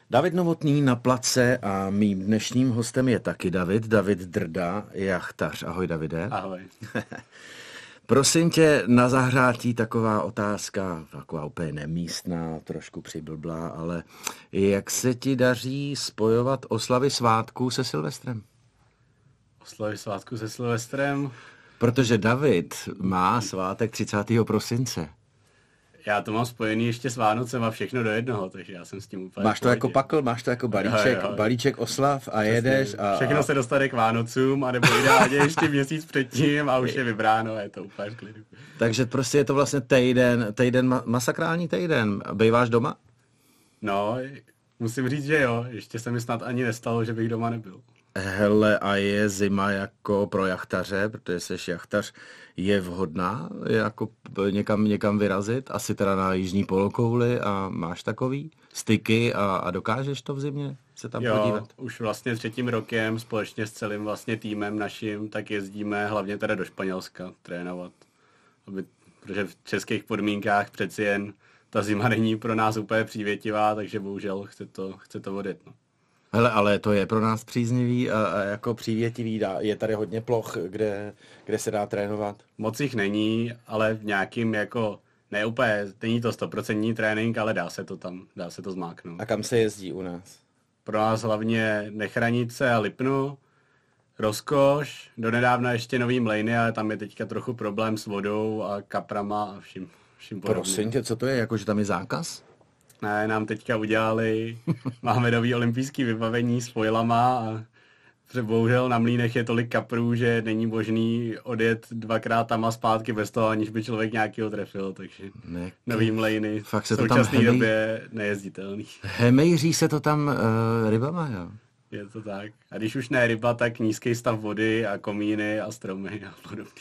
David Novotný na place a mým dnešním hostem je taky David Drda, jachtař. Ahoj, Davide. Ahoj. Prosím tě, na zahrátí taková otázka, taková úplně nemístná, trošku přiblblá, ale jak se ti daří spojovat oslavy svátku se Silvestrem? Oslavy svátku se Silvestrem? Protože David má svátek 30. prosince. Já to mám spojený ještě s Vánocem a všechno do jednoho, takže já jsem s tím úplně... Máš to jako pakl, máš to jako balíček oslav a jedeš a... Všechno se dostane k Vánocům, anebo ideálně ještě měsíc předtím a už je vybráno a je to úplně v klidu. Takže prostě je to vlastně masakrální týden. Býváš doma? No, musím říct, že jo. Ještě se mi snad ani nestalo, že bych doma nebyl. Hele, a je zima jako pro jachtaře, protože jsi jachtař, je vhodná jako někam vyrazit? Asi teda na jižní polokouli a máš takový styky a dokážeš to v zimě se tam podívat? Jo, už vlastně 3. rokem společně s celým vlastně týmem naším, tak jezdíme hlavně teda do Španělska trénovat. Protože v českých podmínkách přeci jen ta zima není pro nás úplně přívětivá, takže bohužel chce to odjet. No. Hele, ale to je pro nás příznivý a jako přívětivý. Je tady hodně ploch, kde se dá trénovat? Moc jich není, ale v nějakým jako, ne úplně, není to 100% trénink, ale dá se to zmáknout. A kam se jezdí u nás? Pro nás hlavně Nechranice a Lipno, Rozkoš, donedávna ještě Nový Mlejny, ale tam je teďka trochu problém s vodou a kaprama a vším podobným. Prosím tě, co to je? Jako, že tam je zákaz? Ne, nám teďka udělali, máme nový olympijský vybavení s foilama a bohužel na Mlýnech je tolik kaprů, že není možný odjet 2krát tam a zpátky bez toho, aniž by člověk nějakýho trefil, takže Nový Mlejny v současné době nejezditelný. Hemejří se to tam rybama, jo? Je to tak. A když už ne ryba, tak nízký stav vody a komíny a stromy a podobný.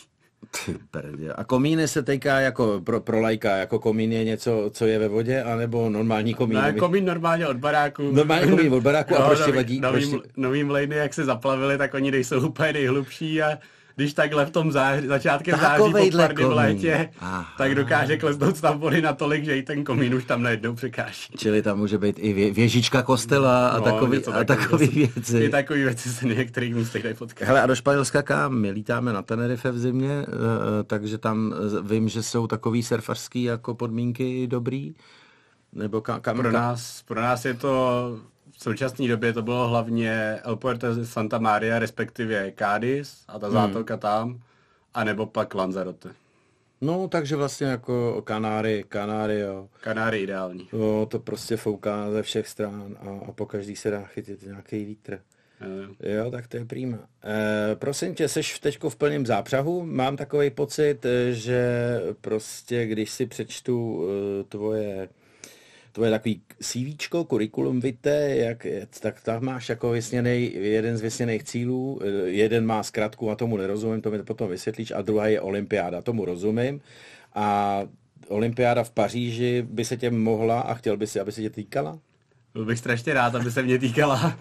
A komíny se týká jako pro lajka, jako komín je něco, co je ve vodě, anebo normální komín? Ne, komín normálně od baráku. Normální komín od baráku a prostě vadí. Nový Mlejny, jak se zaplavili, tak oni nejsou úplně nejhlubší a když takhle v tom začátkem září po tvrdém létě, tak dokáže klesnout stav vody natolik, že i ten komín už tam najednou překáží. Čili tam může být i věžička kostela a takový věci. I takový věci se na některých místech dají potkat. Hele, a do Španělska kam? My lítáme na Tenerife v zimě, takže tam vím, že jsou takový surfařský jako podmínky dobrý. Nebo kam? Pro nás je to... V současné době to bylo hlavně El Puerto de Santa Maria, respektive Cádiz a ta zátoka tam, anebo pak Lanzarote. No, takže vlastně jako Kanáry, jo. Kanáry ideální. No, to prostě fouká ze všech stran a po každý se dá chytit nějaký vítr. Jo, tak to je prima. Prosím tě, seš teďko v plném zápřahu? Mám takový pocit, že prostě, když si přečtu tvoje takový CVčko, curriculum vitae, tak tam máš jako jeden z vysněných cílů, jeden má zkratku a tomu nerozumím, to mi potom vysvětlíš, a druhá je olympiáda, tomu rozumím. A olympiáda v Paříži by se tě mohla a chtěl by si, aby se tě týkala? Byl bych strašně rád, aby se mě týkala.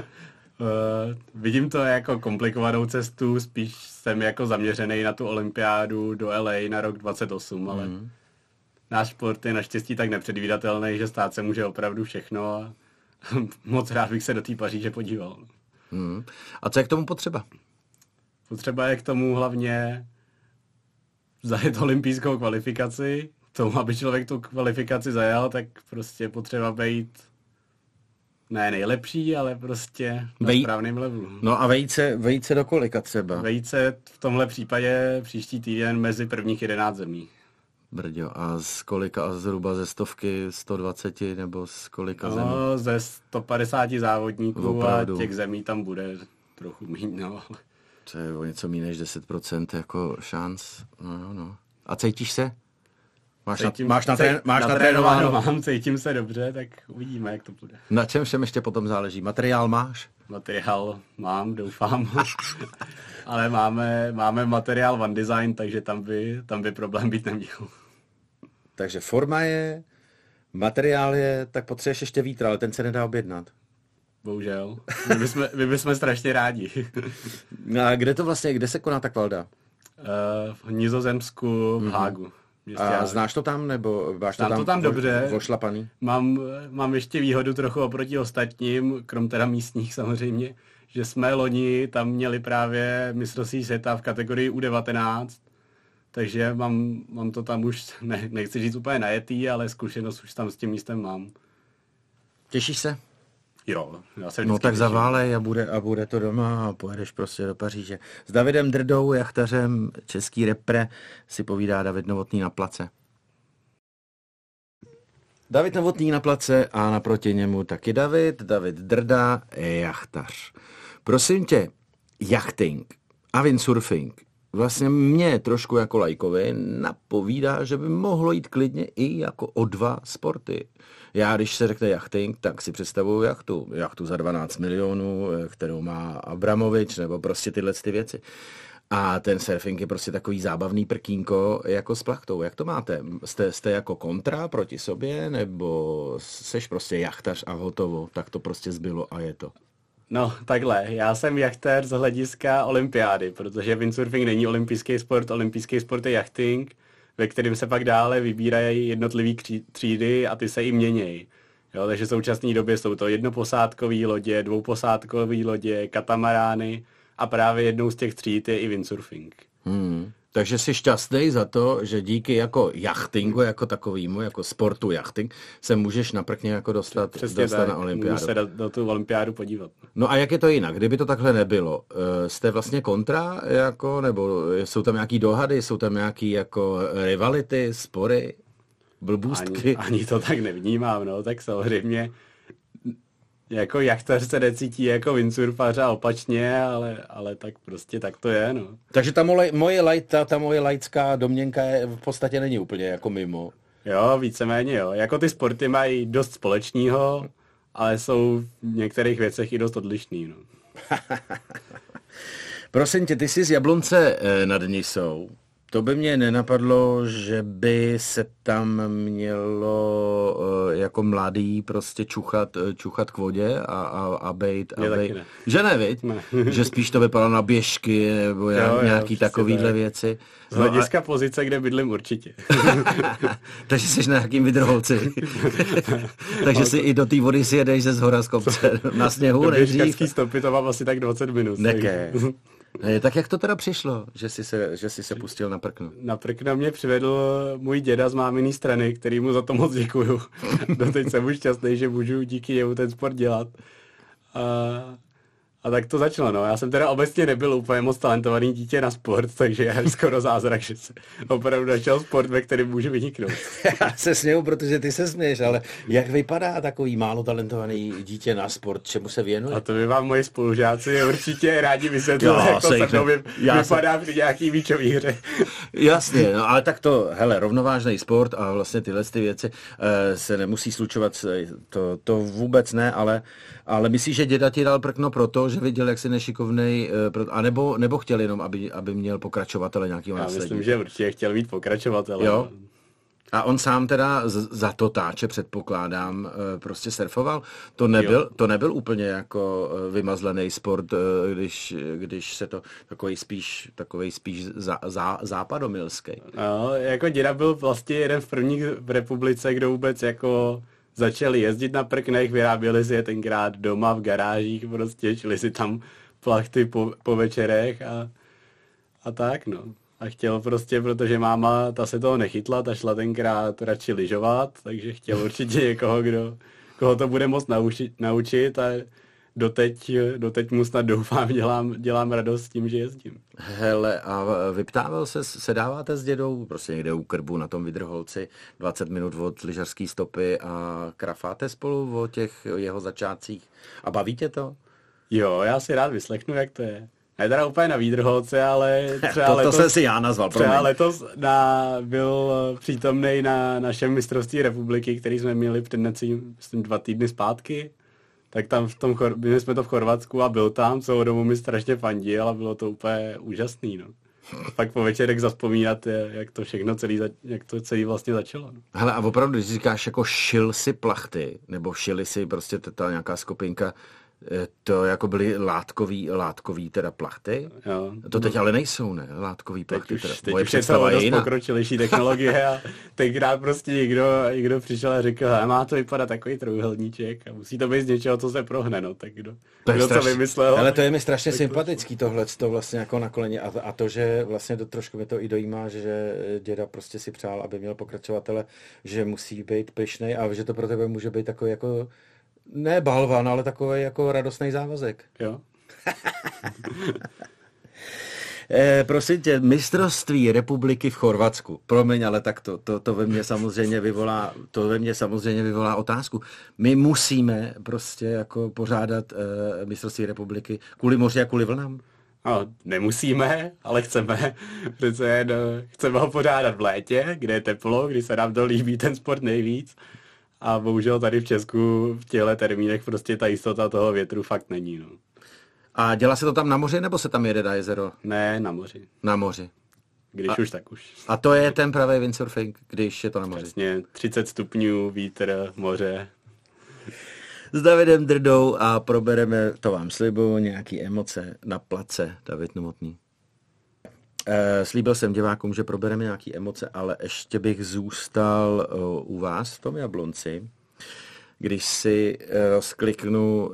Vidím to jako komplikovanou cestu, spíš jsem jako zaměřený na tu olympiádu do LA na rok 28, ale... Náš sport je naštěstí tak nepředvídatelný, že stát se může opravdu všechno a moc rád bych se do té Paříže podíval. A co je k tomu potřeba? Potřeba je k tomu hlavně zajet olympijskou kvalifikaci. K tomu, aby člověk tu kvalifikaci zajel, tak prostě potřeba být ne nejlepší, ale prostě na správném levelu. No a vejít se do kolika třeba? Vejít se v tomhle případě příští týden mezi prvních 11 zemí. Brďo, a z kolika, zhruba ze 100, 120 nebo z kolika zemí? No, ze 150 závodníků opravdu. A těch zemí tam bude trochu míň, no. To je o něco méně než 10% jako šanc, no. A cítíš se? Máš natrénováno? Mám, cítím se dobře, tak uvidíme, jak to bude. Na čem všem ještě potom záleží? Materiál máš? Materiál mám, doufám. Ale máme materiál One Design, takže tam by problém být neměl. Takže forma je, materiál je, tak potřebuješ ještě vítr, ale ten se nedá objednat. Bohužel. My bychom strašně rádi. A kde se koná ta kvalda? V Nizozemsku, v Hágu. A znáš to tam, nebo máš to tam dobře. Ošlapaný? Mám ještě výhodu trochu oproti ostatním, krom teda místních samozřejmě, že jsme loni tam měli právě mistrovství světa v kategorii U19, takže mám to tam už, nechci říct úplně najetý, ale zkušenost už tam s tím místem mám. Těšíš se? Jo, já se no tak zaválej a bude to doma a pojedeš prostě do Paříže. S Davidem Drdou, jachtařem, český repre, si povídá David Novotný na place. David Novotný na place a naproti němu taky David Drda, jachtař. Prosím tě, jachting a windsurfing vlastně mě trošku jako lajkovi napovídá, že by mohlo jít klidně i jako o dva sporty. Já, když se řekne jachting, tak si představuju jachtu za 12 milionů, kterou má Abramovič, nebo prostě tyhle ty věci. A ten surfing je prostě takový zábavný prkínko jako s plachtou. Jak to máte? Jste jako kontra proti sobě, nebo seš prostě jachtař a hotovo? Tak to prostě zbylo a je to. No, takhle. Já jsem jachtér z hlediska olympiády, protože windsurfing není olympijský sport je jachting, ve kterém se pak dále vybírají jednotlivý třídy a ty se i měnějí. Jo, takže v současné době jsou to jednoposádkové lodě, dvouposádkové lodě, katamarány a právě jednou z těch tříd je i windsurfing. Takže jsi šťastný za to, že díky jako jachtingu, jako takovýmu, jako sportu jachting, se můžeš naprkně jako dostat na olympiádu. Můžu se do tu olympiádu podívat. No a jak je to jinak? Kdyby to takhle nebylo, jste vlastně kontra, jako, nebo jsou tam nějaký dohady, jsou tam nějaký jako rivality, spory, blbůstky? Ani to tak nevnímám, no, tak samozřejmě jako jachtař se necítí jako windsurfař a opačně, ale tak prostě tak to je, no. Takže ta moje laická domněnka v podstatě není úplně jako mimo. Jo, víceméně jo. Jako ty sporty mají dost společného, ale jsou v některých věcech i dost odlišný, no. Prosím tě, ty jsi z Jablonce nad Nisou. To by mě nenapadlo, že by se tam mělo jako mladý prostě čuchat k vodě a bejt. Že ne, viď? Ne. Že spíš to vypadalo na běžky nebo nějaký takovýhle věci. Z hlediska pozice, kde bydlím určitě. Takže jsi na nějakým Vydrholci. Takže si i do té vody si jedeš ze zhora z kopce na sněhu. Do běžkařský stopy to mám asi tak 20 minut. Neké. Tak jak to teda přišlo, že jsi se pustil na prkno? Na prkno mě přivedl můj děda z máminý strany, kterýmu za to moc děkuju. Doteď jsem už šťastný, že můžu díky němu ten sport dělat. A tak to začalo, no. Já jsem teda obecně nebyl úplně moc talentovaný dítě na sport, takže je skoro zázrak, že se opravdu našel sport, ve kterém může vyniknout. Já se směju, protože ty se směješ, ale jak vypadá takový málo talentovaný dítě na sport, čemu se věnuje? A to by vám moji spolužáci určitě rádi vysvětlili, jak to se mnou vypadá při nějaký míčový hře. Jasně, no ale tak to, hele, rovnovážný sport a vlastně tyhle ty věci se nemusí slučovat, to vůbec ne, ale myslíš, že děda ti dal prkno proto, že viděl, jak jsi nešikovnej, nebo chtěl jenom, aby měl pokračovatele nějakýho následníka? Já myslím, že určitě chtěl mít pokračovatele. Jo? A on sám teda za to táče, předpokládám, prostě surfoval. To nebyl úplně jako vymazlený sport, když se to takovej spíš západomilský. No, jako děda byl vlastně jeden v prvních v republice, kdo vůbec jako začali jezdit na prknech, vyráběli si je tenkrát doma v garážích, prostě šli si tam plachty po večerech a tak, no. A chtěl prostě, protože máma, ta se toho nechytla, ta šla tenkrát radši lyžovat, takže chtěl určitě někoho, koho to bude moc naučit a doteď mu snad doufám, dělám radost tím, že jezdím. Hele, a vyptával se dáváte s dědou prostě někde u krbu na tom Vydrholci 20 minut od lyžařský stopy a krafáte spolu o těch jeho začátcích a baví tě to? Jo, já si rád vyslechnu, jak to je. Ne teda úplně na Výdrholce, ale třeba to jsem si já nazval, třeba letos byl přítomnej na našem mistrovství republiky, který jsme měli před myslím 2 týdny zpátky. Tak tam byli jsme to v Chorvatsku a byl tam, celou dobu mi strašně fandil a bylo to úplně úžasný, no. Pak po večerek zazpomínat, jak to celý vlastně začalo. No. Hele, a opravdu, když říkáš, jako šil si plachty, nebo šili si prostě ta nějaká skupinka, To jako byly látkový teda plachty? Jo. To teď ale nejsou, ne? Látkový plachty. Teď už je to dost pokročilejší technologie a tenkrát prostě někdo přišel a řekl, má to vypadat takový trojúhelníček a musí to být z něčeho, co se prohne, no, tak kdo to vymyslel. Ale to je mi strašně sympatický tohleto vlastně jako na koleně a to, že vlastně trošku mi to i dojímá, že děda prostě si přál, aby měl pokračovatele, že musí být pyšnej a že to pro tebe může být takový jako ne balvan, ale takový jako radostný závazek. Jo. Prosím tě, mistrovství republiky v Chorvatsku. Promiň, ale tak to ve mně samozřejmě vyvolá otázku. My musíme prostě jako pořádat mistrovství republiky kvůli moři a kvůli vlnám? No, nemusíme, ale chceme. Přece jen chceme ho pořádat v létě, kde je teplo, kdy se nám to líbí ten sport nejvíc. A bohužel tady v Česku v těchto termínech prostě ta jistota toho větru fakt není. No. A dělá se to tam na moři, nebo se tam jede na jezero? Ne, na moři. Na moři. Když už, tak už. A to je ten pravý windsurfing, když je to na moři? Přesně, 30 stupňů, vítr, moře. S Davidem Drdou a probereme, to vám slibuju, nějaký emoce na place. David Novotný. Slíbil jsem divákům, že probereme nějaký emoce, ale ještě bych zůstal u vás v tom Jablonci. Když si rozkliknu,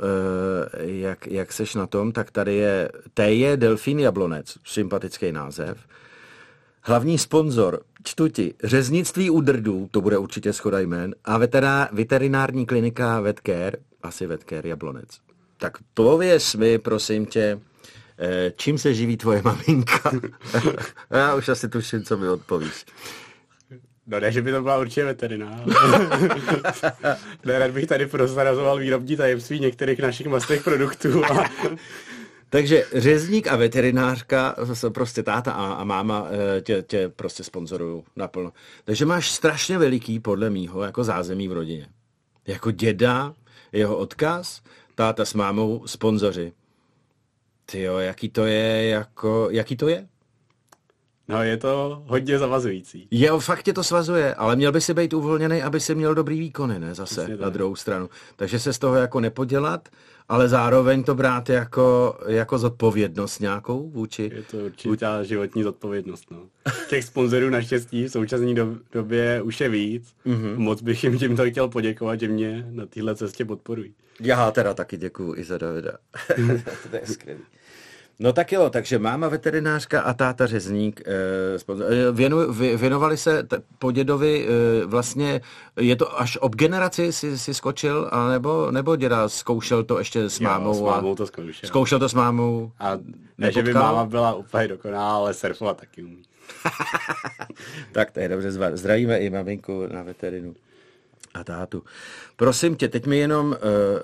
jak seš na tom, tak tady je TJ Delfín Jablonec, sympatický název. Hlavní sponzor, čtu ti, řeznictví u Drdů, to bude určitě shoda jmén, a veterinární klinika Vetcare, asi Vetcare Jablonec. Tak pověz mi, prosím tě, čím se živí tvoje maminka? Já už asi tuším, co mi odpovíš. No ne, že by to byla určitě veterinář. Nerad bych tady prozrazoval výrobní tajemství některých našich mastných produktů. Takže řezník a veterinářka, prostě táta a máma tě prostě sponzorují naplno. Takže máš strašně veliký, podle mýho, jako zázemí v rodině. Jako děda, jeho odkaz, táta s mámou, sponzoři. Tyjo, jaký to je? No, je to hodně zavazující. Fakt tě to svazuje, ale měl by si být uvolněný, aby si měl dobrý výkony, ne? Zase na druhou stranu. Takže se z toho jako nepodělat, ale zároveň to brát jako zodpovědnost nějakou vůči... Je to určitá životní zodpovědnost, no. Těch sponzorů naštěstí v současné době už je víc. Mm-hmm. Moc bych jim tímto chtěl poděkovat, že mě na téhle cestě podporují. Já teda taky děkuju i za Davida. To je skvělý. No tak jo, takže máma veterinářka a táta řezník věnovali se po dědovi, vlastně je to až ob generaci si skočil, nebo děda zkoušel to ještě s mámou? Jo, s mámou to zkoušel. Zkoušel to s mámou? A ne, že by máma byla úplně dokonalá, ale surfovat taky umí. Tak to je dobře, zdravíme i maminku na veterinu a tátu. Prosím tě, teď mi jenom...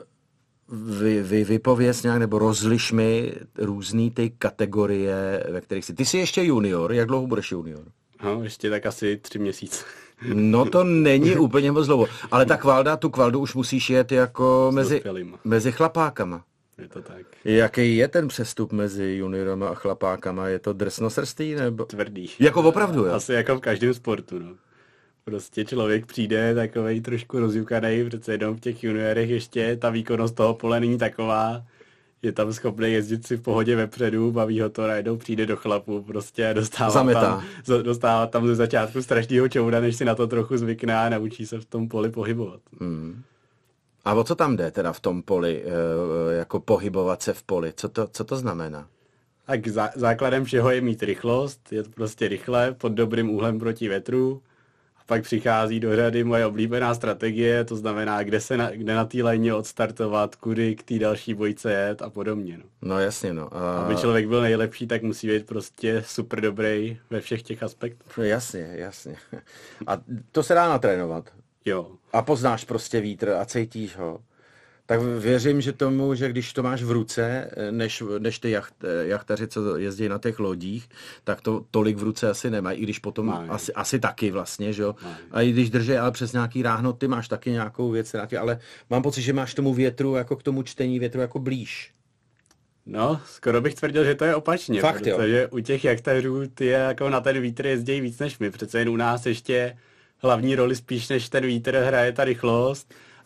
Vypověz nějak, nebo rozliš mi různý ty kategorie, ve kterých jsi. Ty jsi ještě junior, jak dlouho budeš junior? No, ještě tak asi 3 měsíce. No to není úplně moc dlouho, ale tu kvaldu už musíš jet jako mezi chlapákama. Je to tak. Jaký je ten přestup mezi juniorama a chlapákama? Je to drsnosrstý nebo? Tvrdý. Jako opravdu, jo? Asi jako v každém sportu, no. Prostě člověk přijde takovej trošku rozjukanej, protože jenom v těch juniorech ještě ta výkonnost toho pole není taková, je tam schopný jezdit si v pohodě vepředu, baví ho to, najednou přijde do chlapu prostě a dostává tam ze začátku strašného čouda, než si na to trochu zvykne a naučí se v tom poli pohybovat. Hmm. A o co tam jde teda v tom poli, jako pohybovat se v poli? Co to znamená? Tak základem všeho je mít rychlost, je to prostě rychle, pod dobrým úhlem proti větru. Pak přichází do řady moje oblíbená strategie, to znamená, kde na té lajně odstartovat, kudy k té další bojce jet a podobně. No jasně, no. Aby člověk byl nejlepší, tak musí být prostě super dobrý ve všech těch aspektech. Jasně. A to se dá natrénovat. Jo. A poznáš prostě vítr a cítíš ho. Tak věřím, že tomu, že když to máš v ruce, než ty jachtaři, co jezdí na těch lodích, tak to tolik v ruce asi nemají, i když potom asi taky vlastně, že jo. A i když drží ale přes nějaký ráhno, ty máš taky nějakou věc, ale mám pocit, že máš tomu větru, jako k tomu čtení větru jako blíž. No, skoro bych tvrdil, že to je opačně. Fakt, protože u těch jachtařů ty jako na ten vítr jezdí víc než my. Přece jen u nás ještě hlavní roli spíš než ten vítr hraje ta rychlost.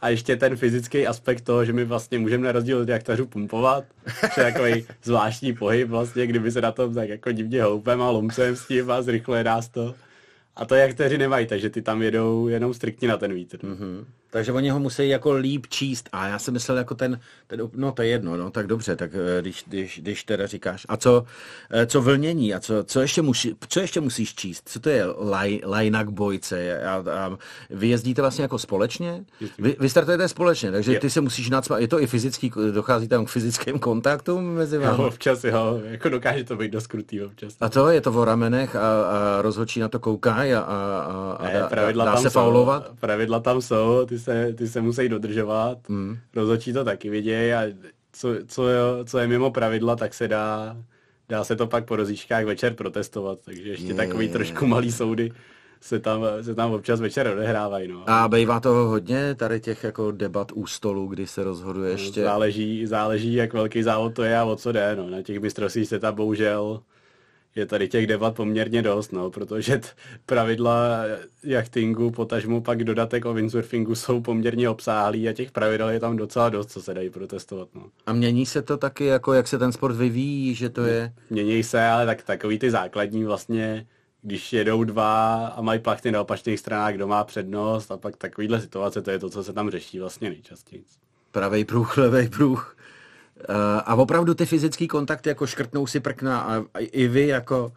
A ještě ten fyzický aspekt toho, že my vlastně můžeme na rozdíl od jachtařů pumpovat, že je takový zvláštní pohyb vlastně, kdyby se na tom tak jako divně houpem a lomcem s tím a zrychluje nás to. A to jachtaři nemají, takže ty tam jedou jenom striktně na ten vítr. Mm-hmm. Takže oni ho musí jako líp číst. A já jsem myslel jako no to je jedno, no tak dobře, tak když teda říkáš. A co vlnění a co ještě musíš číst? Co to je line bojce? Vy jezdíte vlastně jako společně? Vy startujete společně, takže ty se musíš nacmat. Je to i fyzický, dochází tam k fyzickým kontaktům mezi vámi? Jo, občas jo, jako dokáže to být dost krutý občas. A to je to o ramenech a rozhodčí na to koukají a dá se faulovat? Pravidla tam jsou, ty se musí dodržovat, rozhodčí to taky vidějí a co je mimo pravidla, tak se dá se to pak po rozjížďkách večer protestovat, takže ještě takový trošku malý soudy se tam občas večer odehrávají. No. A bývá toho hodně, tady těch jako debat u stolu, kdy se rozhoduje ještě? Záleží, jak velký závod to je a o co jde. No. Na těch mistrovstvích se tam bohužel je tady těch debat poměrně dost, no, protože pravidla jachtingu, potažmu pak dodatek o windsurfingu jsou poměrně obsáhlý a těch pravidel je tam docela dost, co se dají protestovat. No. A mění se to taky, jako jak se ten sport vyvíjí, že to je? Mění se, ale takový ty základní vlastně, když jedou dva a mají plachty na opačných stranách, kdo má přednost a pak takovýhle situace, to je to, co se tam řeší vlastně nejčastěji. Pravej pruh, levej pruh. A opravdu ty fyzický kontakty, jako škrtnou si prkna a i vy jako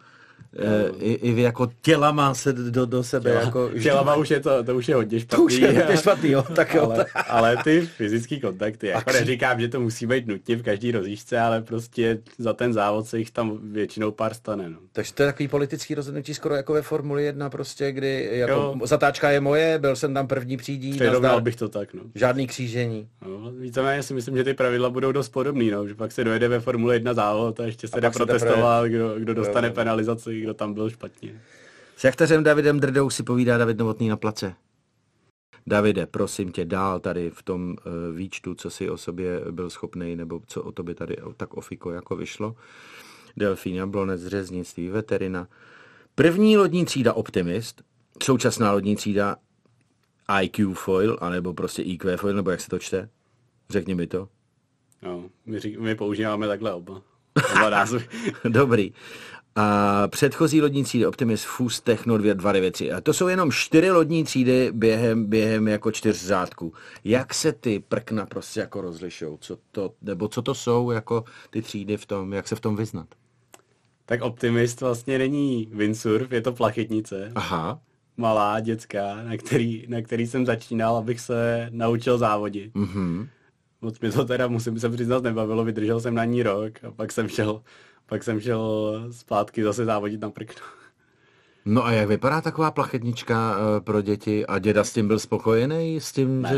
tělama se do sebe. Tělama už je to už je hodně špatný. To už je hodně špatný, jo. Tak jo. Ale ty fyzický kontakty, jako neříkám, že to musí být nutně v každý rozjížďce, ale prostě za ten závod se jich tam většinou pár stane. No. Takže to je takový politický rozhodnutí skoro jako ve Formuli 1 prostě, kdy jako zatáčka je moje, byl jsem tam první přídí. Přirovnal bych to tak, no. Žádný křížení. No, víceméně si myslím, že ty pravidla budou dost podobný, no, že pak se dojede ve Formuli 1 závod a ještě se jde protestovat, kdo dostane penalizaci, kdo tam byl špatně. S jachtařem Davidem Drdou si povídá David Novotný na place. Davide, prosím tě, dál tady v tom výčtu, co si o sobě byl schopnej, nebo co o tobě tady tak ofiko jako vyšlo. Delfín, Jablonec, řeznictví, veterina. První lodní třída Optimist, současná lodní třída IQ Foil, anebo prostě IQ Foil, nebo jak se to čte? Řekni mi to. No, my používáme takhle oba názvy. Dobrý. A předchozí lodní třídy Optimus Fus Techno 293. A to jsou jenom 4 lodní třídy během jako 4 řádků. Jak se ty prkna prostě jako rozlišou? Co to jsou jako ty třídy v tom, jak se v tom vyznat? Tak Optimist vlastně není windsurf, je to plachetnice. Aha. Malá, dětská, na který jsem začínal, abych se naučil závodit. Mhm. Moc mi to teda, musím se přiznat, nebavilo, vydržel jsem na ní rok a pak jsem šel zpátky zase závodit na prkno. No a jak vypadá taková plachetnička pro děti? A děda s tím byl spokojený? S tím, ne. Že...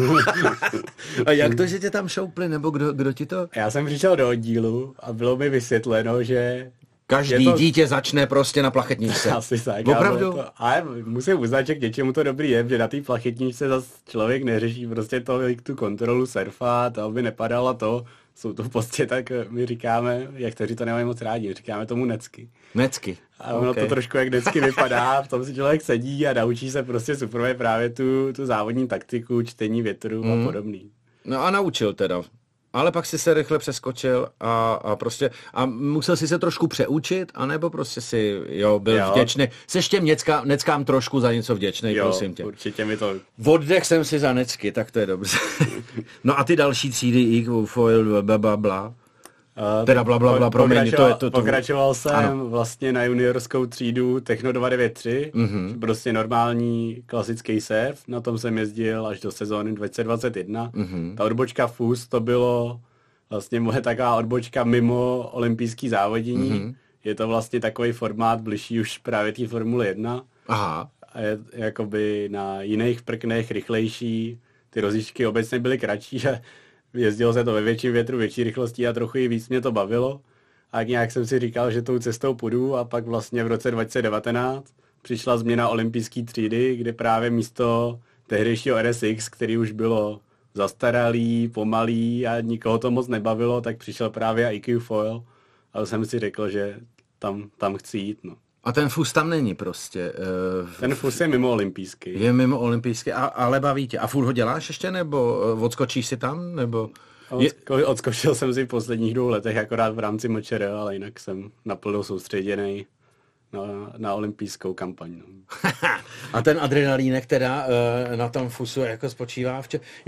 A jak to, že tě tam šoupli? Nebo kdo ti to? Já jsem přišel do oddílu a bylo mi vysvětleno, že každý dítě začne prostě na plachetničce. Asi tak. Opravdu? Ale musím uznat, že k něčemu to dobrý je, že na té plachetničce zase člověk neřeší prostě tu kontrolu surfa, to aby nepadalo to. Jsou to prostě tak, my říkáme, jak kteří to nemají moc rádi, říkáme tomu necky. Necky. A ono to trošku jak necky vypadá, v tom si člověk sedí a naučí se prostě super právě tu závodní taktiku, čtení větru a podobný. No a naučil teda. Ale pak si se rychle přeskočil a prostě a musel si se trošku přeučit, anebo prostě si byl vděčný. Seš těm neckám trošku za něco vděčný, prosím tě. Určitě mi to... Oddech jsem si za necky, tak to je dobře. No a ty další třídy, IQ, Foil, blablabla. Teda blablabla, promiň. Pokračoval jsem vlastně na juniorskou třídu Techno 293, prostě normální klasický surf, na tom jsem jezdil až do sezóny 2021. Ta odbočka FUS, to bylo vlastně moje taková odbočka mimo olympijský závodění. Je to vlastně takový formát bližší už právě té Formule 1. Aha. A je jakoby na jiných prknech rychlejší, ty rozjížďky obecně byly kratší, že jezdilo se to ve větším větru, větší rychlostí a trochu i víc mě to bavilo. A nějak jsem si říkal, že tou cestou půjdu a pak vlastně v roce 2019 přišla změna olympijské třídy, kde právě místo tehdejšího RSX, který už bylo zastaralý, pomalý a nikoho to moc nebavilo, tak přišel právě IQ Foil a jsem si řekl, že tam chci jít. No. A ten fus tam není prostě. Ten fus je mimo olympijský. Je mimo olympijský, ale baví tě. A furt ho děláš ještě, nebo odskočíš si tam, nebo... Odskočil jsem si v posledních 2 letech akorát v rámci MČR, ale jinak jsem naplno soustředěnej na olympijskou kampaň. No. A ten adrenalínek teda na tom fusu jako spočívá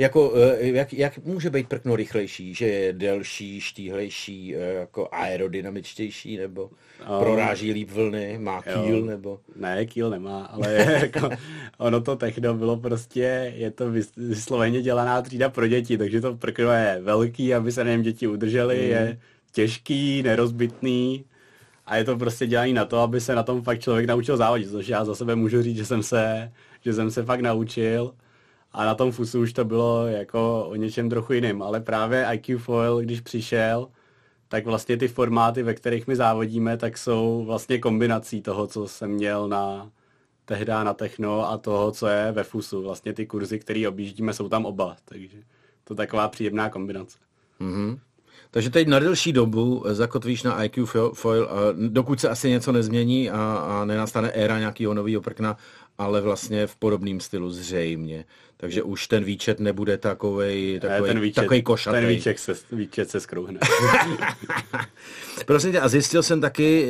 jak může být prkno rychlejší? Že je delší, štíhlejší, jako aerodynamičtější, nebo proráží líp vlny, má kýl, nebo... Ne, kýl nemá, ale jako, ono to techno bylo prostě, je to vysloveně dělaná třída pro děti, takže to prkno je velký, aby se na něm děti udržely, je těžký, nerozbitný, a je to prostě dělaný na to, aby se na tom fakt člověk naučil závodit, což já za sebe můžu říct, že jsem se fakt naučil. A na tom fusu už to bylo jako o něčem trochu jiným. Ale právě IQ Foil, když přišel, tak vlastně ty formáty, ve kterých my závodíme, tak jsou vlastně kombinací toho, co jsem měl tehdy na techno a toho, co je ve fusu. Vlastně ty kurzy, které objíždíme, jsou tam oba. Takže to je taková příjemná kombinace. Mm-hmm. Takže teď na delší dobu zakotvíš na IQ Foil, dokud se asi něco nezmění a nenastane éra nějakého nového prkna, ale vlastně v podobném stylu zřejmě. Takže už ten výčet nebude takovej košatý. Ten výčet se skrouhne. Prosím tě, a zjistil jsem taky,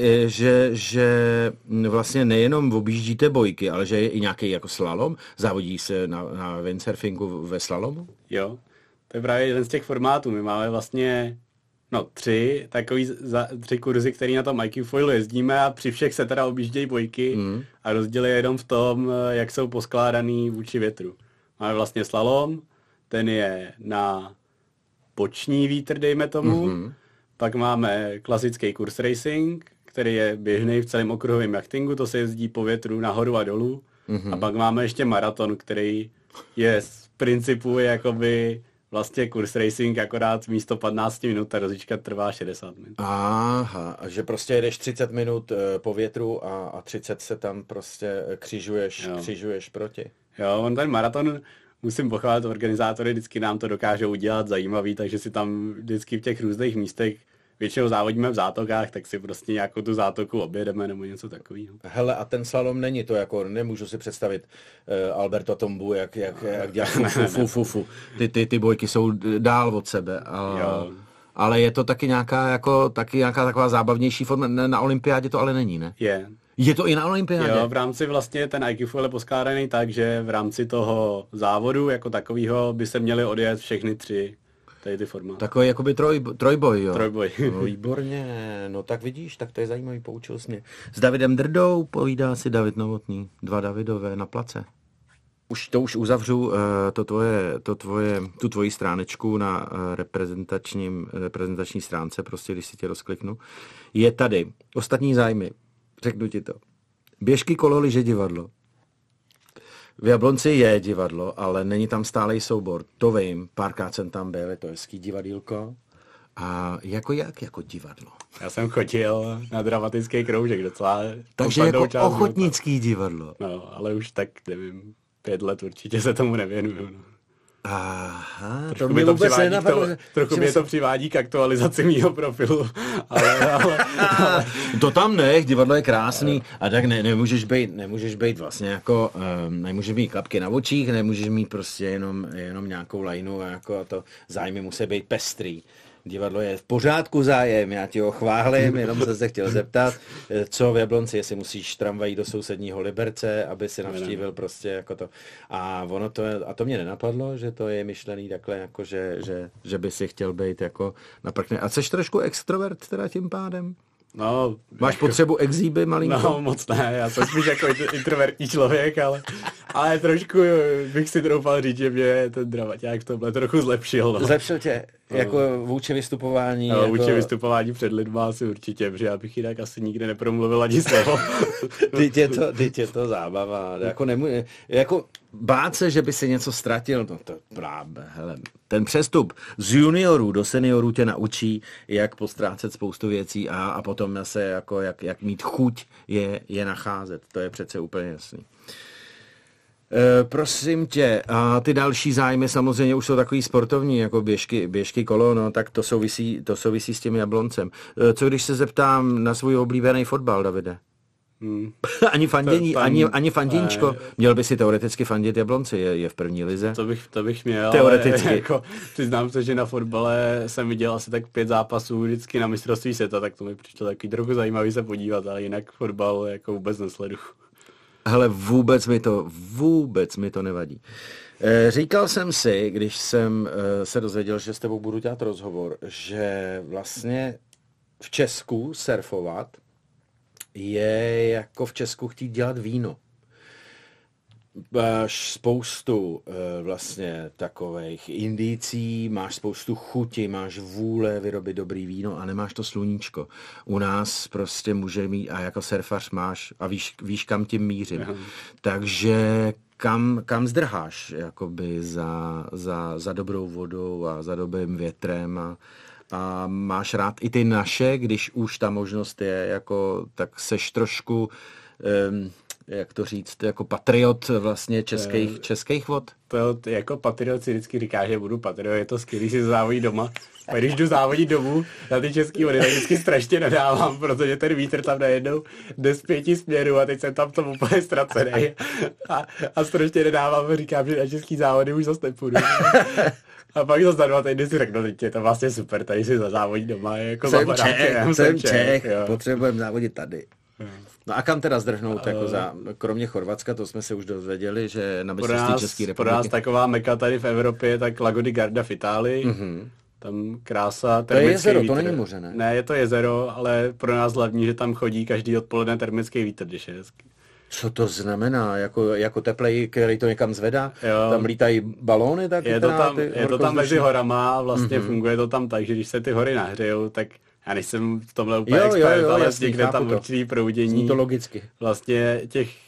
že vlastně nejenom objíždíte bojky, ale že je i nějaký jako slalom. Závodí se na windsurfingu ve slalomu? Jo, to je právě jeden z těch formátů. My máme vlastně 3 kurzy, které na tom IQ Foilu jezdíme a při všech se teda objíždějí bojky a rozdíl je jenom v tom, jak jsou poskládaný vůči větru. Máme vlastně slalom, ten je na boční vítr, dejme tomu. Pak máme klasický kurz racing, který je běžný v celém okruhovém jachtingu, to se jezdí po větru nahoru a dolů. A pak máme ještě maraton, který je z principu jakoby vlastně kurz racing, akorát místo 15 minut ta rozjížďka trvá 60 minut. Aha, a že prostě jedeš 30 minut po větru a 30 se tam prostě křižuješ proti. Jo, on ten maraton, musím pochválit organizátory, vždycky nám to dokážou udělat zajímavý, takže si tam vždycky v těch různých místech většinou závodíme v zátokách, tak si prostě nějakou tu zátoku objedeme nebo něco takového. Hele, a ten slalom není to, jako nemůžu si představit Alberto Tombu, jak dělá fu. Ty bojky jsou dál od sebe. Ale je to taky nějaká taková zábavnější forma. Na olympiádě to ale není, ne? Je to i na olympiádě? Jo, v rámci vlastně ten IQ Foil je poskládaný tak, že v rámci toho závodu jako takového by se měly odjet všechny 3 ty formáty. Takový jakoby trojboj, jo? Trojboj. No, výborně, no tak vidíš, tak to je zajímavý, poučil jsi mě. S Davidem Drdou povídá si David Novotný, 2 Davidové na place. Už uzavřu tu tvoji stránečku na reprezentační stránce, prostě když si tě rozkliknu. Je tady ostatní zájmy, řeknu ti to. Běžky, kolo, lyže, divadlo. V Jablonci je divadlo, ale není tam stálej soubor. To vím, párkrát jsem tam byl, je to hezký divadýlko. A jako divadlo? Já jsem chodil na dramatický kroužek docela. Takže jako ochotnický divadlo. No, ale už tak, nevím, 5 let určitě se tomu nevěnuju. No. Aha, trochu to mě vůbec nenapadlo. Trochu mě to přivádí k aktualizaci mýho profilu. Ale... To tam nech, divadlo je krásný. A tak nemůžeš být vlastně jako, nemůžeš mít klapky na očích, nemůžeš mít prostě jenom nějakou lajnu a jako a to zájmy musí být pestrý. Divadlo je v pořádku zájem, já ti ho chválím, jenom jsem se chtěl zeptat, co v Jablonci, jestli musíš tramvají do sousedního Liberce, aby si navštívil prostě jako to. A to mě nenapadlo, že to je myšlený takhle, jako že by si chtěl být jako naprkne. A jsi trošku extrovert teda tím pádem? No, máš potřebu exhíby malinko? No, moc ne, já jsem spíš jako introvertní člověk, ale trošku bych si troufal říct, že mě ten dramaťák v tomhle trochu zlepšil. No. Zlepšil tě? Jako vůči vystupování? No, jako... vůči vystupování před lidma asi určitě, protože já bych jinak asi nikdy nepromluvil ani slovo. Teď je to zábava. Jako bát se, že by si něco ztratil, no to právě, hele. Ten přestup z juniorů do seniorů tě naučí, jak postrácet spoustu věcí a potom se jako jak mít chuť je nacházet. To je přece úplně jasný. Prosím tě, a ty další zájmy samozřejmě už jsou takový sportovní, jako běžky kolo, no tak to souvisí s tím Jabloncem. Co když se zeptám na svůj oblíbený fotbal, Davide? Ani fandění, ani fanděníčko. Měl by si teoreticky fandit Jablonci, je v první lize. To bych měl, teoreticky. Ale jako, přiznám se, že na fotbale jsem viděl asi tak 5 zápasů vždycky na mistrovství světa, tak to mi přišlo taky trochu zajímavý se podívat, ale jinak fotbal jako vůbec nesleduju. Hele, vůbec mi to nevadí. Říkal jsem si, když jsem se dozvěděl, že s tebou budu dělat rozhovor, že vlastně v Česku surfovat je jako v Česku chtít dělat víno. Máš spoustu vlastně takových indicí, máš spoustu chuti, máš vůle vyrobit dobrý víno a nemáš to sluníčko. U nás prostě může mít, a jako surfař máš, a víš kam tím mířím. Aha. Takže kam zdrháš jakoby za dobrou vodou a za dobrým větrem a máš rád i ty naše, když už ta možnost je, jako, tak seš trošku, jak to říct, jako patriot vlastně českých vod? To jako patriot si vždycky říká, že budu patriot, je to skvělý si závodí doma. A když jdu závodit domů na ty český vody, tak vždycky strašně nadávám, protože ten vítr tam najednou jde z 5 směrů a teď jsem tam to úplně ztracený. A strašně nadávám a říkám, že na český závody už zase nepůjdu. A pak za 2 týdny si řeknu, teď je to vlastně super, tady si závodí doma, jako jsem Čech, potřebujeme závodit tady. No a kam teda zdrhnout, jako kromě Chorvatska, to jsme se už dozvěděli, že na mistrovství České republiky. Pro nás taková meka tady v Evropě, tak Lago di Garda v Itálii. Mm-hmm. Tam krása, to je jezero, vítr. To není moře, ne? Ne, je to jezero, ale pro nás hlavní, že tam chodí každý odpoledne termický vítr, když je hezky. Co to znamená? Jako teplej, který to někam zvedá? Jo. Tam lítají balóny taky? Je to tam mezi horama a vlastně funguje to tam tak, že když se ty hory nahřejou, tak já nejsem v tomhle úplně expert, ale někde tam určitý proudění. Zní to logicky. Vlastně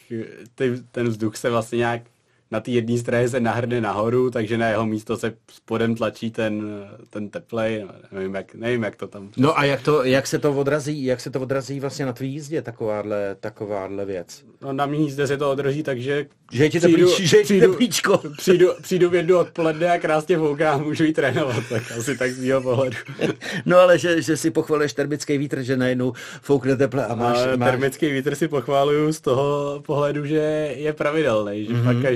ten vzduch se vlastně nějak na té jedné straně se nahrne nahoru, takže na jeho místo se spodem tlačí ten teplej, nevím, jak to tam... No a jak se to odrazí vlastně na tvý jízdě, takováhle věc? No na mý jízdě se to odrazí, takže... Že ti teplíčko. Přijdu v 1 odpoledne a krásně fouká a můžu jít trénovat, tak asi tak z mýho pohledu. No ale že si pochvaluješ termický vítr, že najednou foukne teple a máš... Termický vítr si pochváluju z toho pohledu, že je pravidelný, že fakt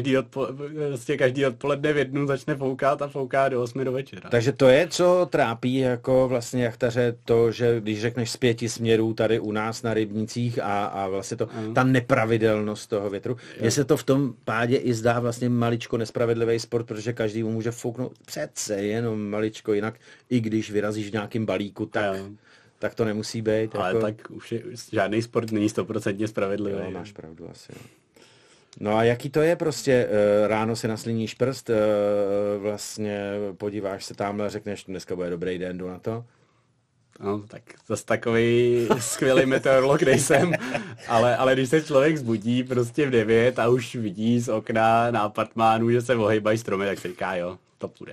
každý odpoledne v 1 začne foukat a fouká do 8 do večera. Takže to je, co trápí jako vlastně jachtaře, to, že když řekneš z 5 směrů tady u nás na rybnících a vlastně ta nepravidelnost toho větru, je se to v tom pádě i zdá vlastně maličko nespravedlivý sport, protože každý mu může fouknout přece jenom maličko jinak, i když vyrazíš v nějakým balíku, tak to nemusí být. Ale jako... tak už žádný sport není 100% spravedlivý. Jo, máš pravdu asi. Jo. No a jaký to je prostě, ráno si nasliníš prst, vlastně podíváš se tamhle a řekneš, dneska bude dobrý den, jdu na to? No, tak zase takový skvělý meteorolog nejsem, ale když se člověk zbudí prostě v 9 a už vidí z okna na apartmánu, že se ohejbají stromy, tak si říká, jo, to půjde.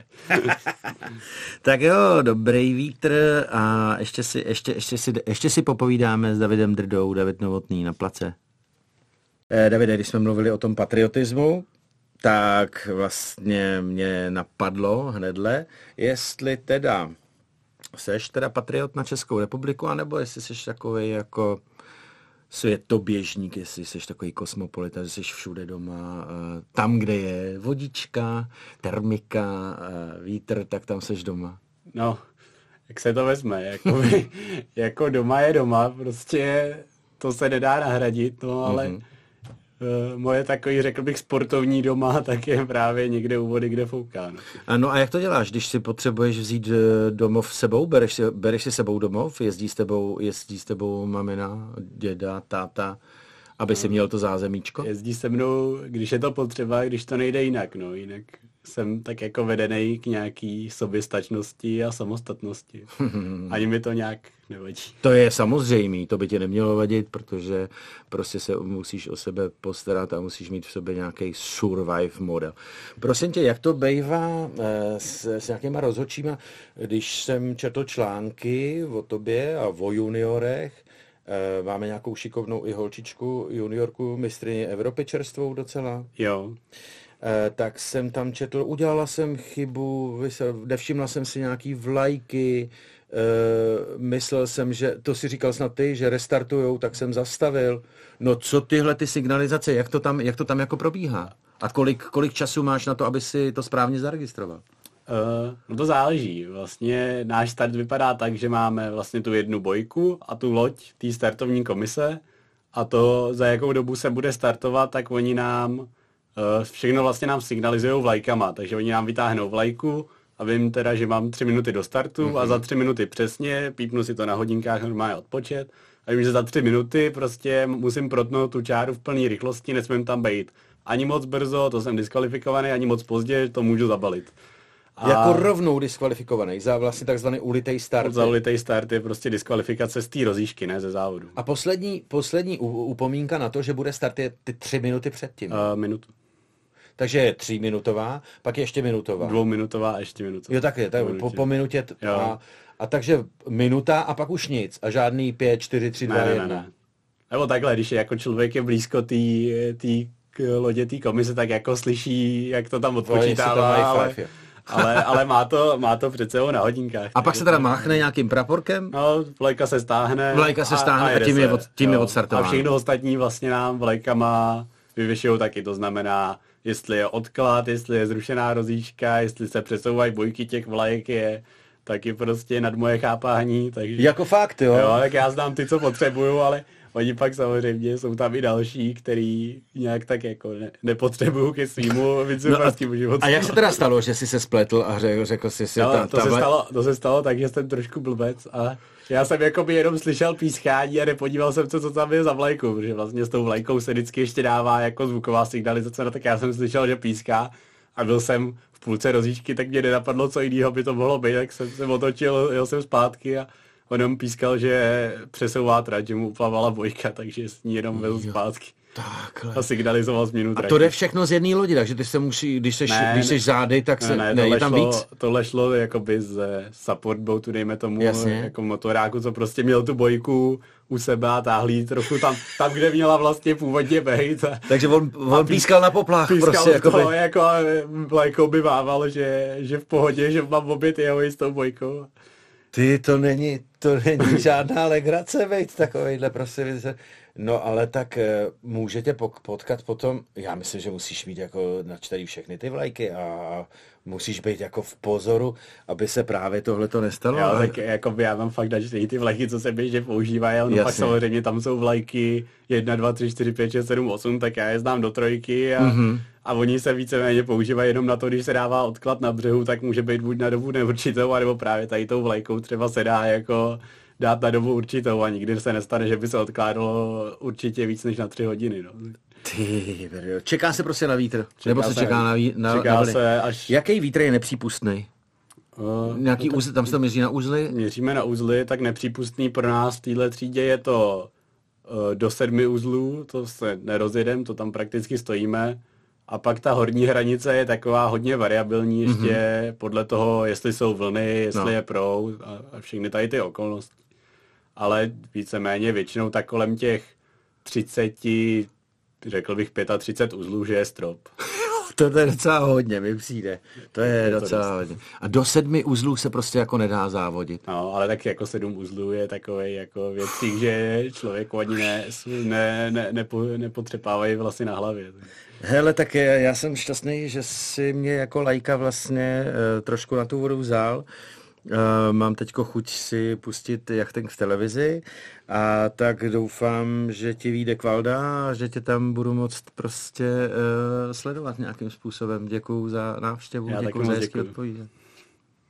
Tak jo, dobrý vítr a ještě si popovídáme s Davidem Drdou, David Novotný na place. Davide, když jsme mluvili o tom patriotismu, tak vlastně mě napadlo hnedle, jestli teda seš teda patriot na Českou republiku, anebo jestli seš takový jako světoběžník, jestli seš takový kosmopolita, že seš všude doma, tam, kde je vodička, termika, vítr, tak tam seš doma. No, jak se to vezme, jako doma je doma, prostě to se nedá nahradit, no ale... Moje takový, řekl bych, sportovní doma, tak je právě někde u vody, kde fouká. No. Ano, a jak to děláš, když si potřebuješ vzít domov sebou? Bereš si sebou domov? Jezdí s tebou mamina, děda, táta, aby si měl to zázemíčko? Jezdí se mnou, když je to potřeba, když to nejde jinak. No. Jinak jsem tak jako vedený k nějaký soběstačnosti a samostatnosti. Ani mi to nějak nevadí. To je samozřejmé, to by tě nemělo vadit, protože prostě se musíš o sebe postarat a musíš mít v sobě nějaký survive model. Prosím tě, jak to bývá s nějakýma rozhodčíma, když jsem četl články o tobě a o juniorech, máme nějakou šikovnou i holčičku, juniorku, mistryni Evropy čerstvou docela. Jo. Tak jsem tam četl, udělala jsem chybu, nevšimla jsem si nějaký vlajky, myslel jsem, že, to si říkal snad ty, že restartujou, tak jsem zastavil. No co tyhle ty signalizace, jak to tam jako probíhá? A kolik času máš na to, aby si to správně zaregistroval? No to záleží. Vlastně náš start vypadá tak, že máme vlastně tu jednu bojku a tu loď té startovní komise a to, za jakou dobu se bude startovat, tak oni nám všechno vlastně nám signalizují vlajkama, takže oni nám vytáhnou vlajku a vím teda, že mám 3 minuty do startu a za 3 minuty přesně, pípnu si to na hodinkách normálně odpočet a vím, že za 3 minuty prostě musím protnout tu čáru v plné rychlosti, nesmím tam být ani moc brzo, to jsem diskvalifikovaný, ani moc pozdě, to můžu zabalit. A jako rovnou diskvalifikovaný za vlastně takzvaný ulitej start. Za ulitej start je prostě diskvalifikace z té rozjížky, ne ze závodu. A poslední upomínka na to, že bude start je ty 3 minuty předtím. Minutu. Takže je 3minutová, pak je ještě minutová. 2minutová a ještě minutová. Jo, tak je, tak po minutě. A takže minuta a pak už nic. A žádný 5, 4, 3, 2, 1. Ne. Nebo takhle, když je jako člověk je blízko té lodě, té komise, tak jako slyší, jak to tam odpočítává, ale má to před sebou na hodinkách. A pak se teda máchne nějakým praporkem? No, vlajka se stáhne a tím je odstartováno. A všechno ostatní vlastně nám vlajkama vyvěšují taky, to znamená, jestli je odklad, jestli je zrušená rozjížďka, jestli se přesouvají bojky těch vlajek, je taky prostě nad moje chápání. Takže, jako fakt, jo? Jo, tak já znám ty, co potřebuju, ale oni pak samozřejmě jsou tam i další, který nějak tak jako nepotřebuju ke svýmu vycuvarskému životu. A jak se teda stalo, že jsi se spletl a řekl jsi si... To se stalo tak, že jsem trošku blbec a já jsem jako by jenom slyšel pískání a nepodíval jsem se, co tam je za vlajku, protože vlastně s tou vlajkou se vždycky ještě dává jako zvuková signalizace, no tak já jsem slyšel, že píská a byl jsem v půlce rozjížďky, tak mě nenapadlo, co jiného by to mohlo být, tak jsem se otočil, jel jsem zpátky a on jenom pískal, že přesouvá trať, že mu uplavala bojka, takže s ní jenom vezl zpátky. Takhle. A signalizoval změnu trati. A to jde všechno z jedné lodi, takže ty se musí, když jsi zády, tak se je tam víc? Tohle šlo jakoby z support boatu, dejme tomu, jako motoráku, co prostě měl tu bojku u sebe a táhlý trochu tam kde měla vlastně původně bejt. Takže on pískal na poplach. Pískal prostě, toho, jako vlajkou by mával, že v pohodě, že mám obět jeho i s tou bojkou. Ty, to není žádná legrace, veď, takovejhle prostě. No ale tak může tě potkat potom, já myslím, že musíš mít jako načtený všechny ty vlajky a musíš být jako v pozoru, aby se právě tohleto nestalo. Jo, tak jako já mám fakt načtený ty vlajky, co se běžně používají, ale pak samozřejmě tam jsou vlajky 1, 2, 3, 4, 5, 6, 7, 8, tak já je znám do 3 a oni se víceméně používají jenom na to, když se dává odklad na břehu, tak může být buď na dobu neurčitou, anebo právě tady tou vlajkou třeba se dá jako dát na dobu určitou a nikdy se nestane, že by se odkládalo určitě víc než na 3 hodiny. No. Ty, čeká se prostě na vítr? Nebo se čeká na se až... Jaký vítr je nepřípustný? Nějaký uzly, tam se to měří na uzly? Měříme na uzly, tak nepřípustný pro nás v téhle třídě je to do 7 uzlů, to se nerozjedem, to tam prakticky stojíme. A pak ta horní hranice je taková hodně variabilní ještě podle toho, jestli jsou vlny, jestli je proud a všechny tady ty okolnosti. Ale víceméně většinou tak kolem těch 30, řekl bych 35 uzlů, že je strop. To je docela hodně, mi přijde. To je docela hodně. A do 7 uzlů se prostě jako nedá závodit. No, ale tak jako 7 uzlů je takovej jako věcí, že člověku ani nepotřepávají vlastně na hlavě. Hele, tak já jsem šťastný, že si mě jako laika vlastně trošku na tu vodu vzal. Mám teďko chuť si pustit jachting v televizi a tak doufám, že ti vyjde kvalda a že tě tam budu moct prostě sledovat nějakým způsobem. Děkuju za návštěvu, děkuju za hezký odpověď.